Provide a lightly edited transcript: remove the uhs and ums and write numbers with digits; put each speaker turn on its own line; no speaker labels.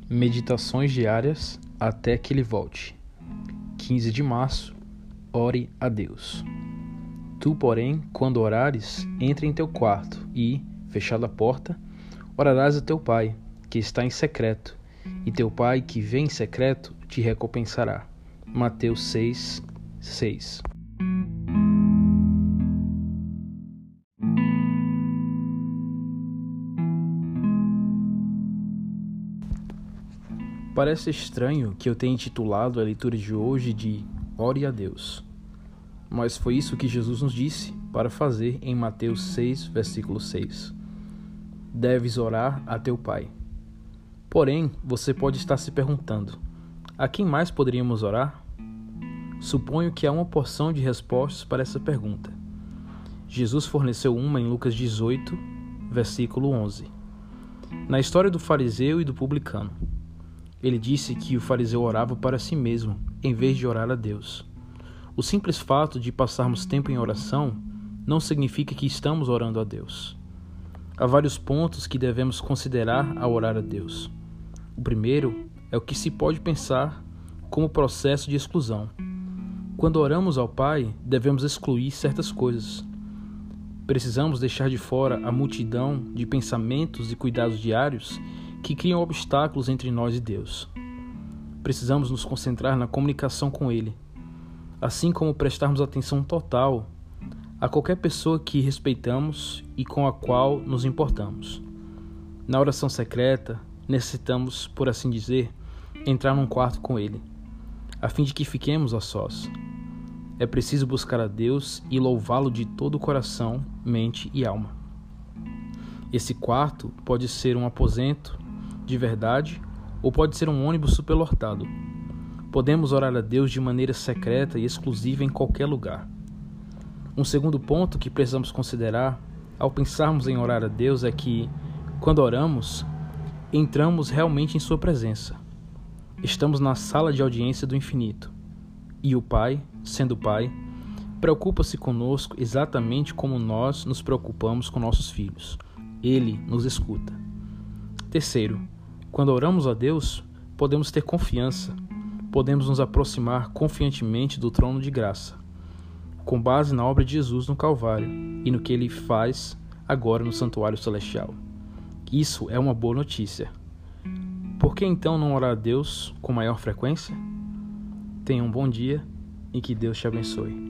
Meditações diárias até que ele volte. 15 de março. Ore a Deus. Tu, porém, quando orares, entra em teu quarto e, fechada a porta, orarás a teu Pai, que está em secreto, e teu Pai, que vem em secreto, te recompensará. Mateus 6:6. Parece estranho que eu tenha intitulado a leitura de hoje de Ore a Deus. Mas foi isso que Jesus nos disse para fazer em Mateus 6, versículo 6. Deves orar a teu Pai. Porém, você pode estar se perguntando, a quem mais poderíamos orar? Suponho que há uma porção de respostas para essa pergunta. Jesus forneceu uma em Lucas 18, versículo 11. Na história do fariseu e do publicano, ele disse que o fariseu orava para si mesmo, em vez de orar a Deus. O simples fato de passarmos tempo em oração não significa que estamos orando a Deus. Há vários pontos que devemos considerar ao orar a Deus. O primeiro é o que se pode pensar como processo de exclusão. Quando oramos ao Pai, devemos excluir certas coisas. Precisamos deixar de fora a multidão de pensamentos e cuidados diários que criam obstáculos entre nós e Deus. Precisamos nos concentrar na comunicação com Ele, assim como prestarmos atenção total a qualquer pessoa que respeitamos e com a qual nos importamos. Na oração secreta, necessitamos, por assim dizer, entrar num quarto com Ele, a fim de que fiquemos a sós. É preciso buscar a Deus e louvá-lo de todo o coração, mente e alma. Esse quarto pode ser um aposento de verdade ou pode ser um ônibus superlotado. Podemos orar a Deus de maneira secreta e exclusiva em qualquer lugar. Um segundo ponto que precisamos considerar ao pensarmos em orar a Deus é que, quando oramos, entramos realmente em Sua presença. Estamos na sala de audiência do infinito. E o Pai, sendo Pai, preocupa-se conosco exatamente como nós nos preocupamos com nossos filhos. Ele nos escuta. Terceiro, quando oramos a Deus, podemos ter confiança. Podemos nos aproximar confiantemente do trono de graça, com base na obra de Jesus no Calvário e no que Ele faz agora no santuário celestial. Isso é uma boa notícia. Por que então não orar a Deus com maior frequência? Tenha um bom dia e que Deus te abençoe.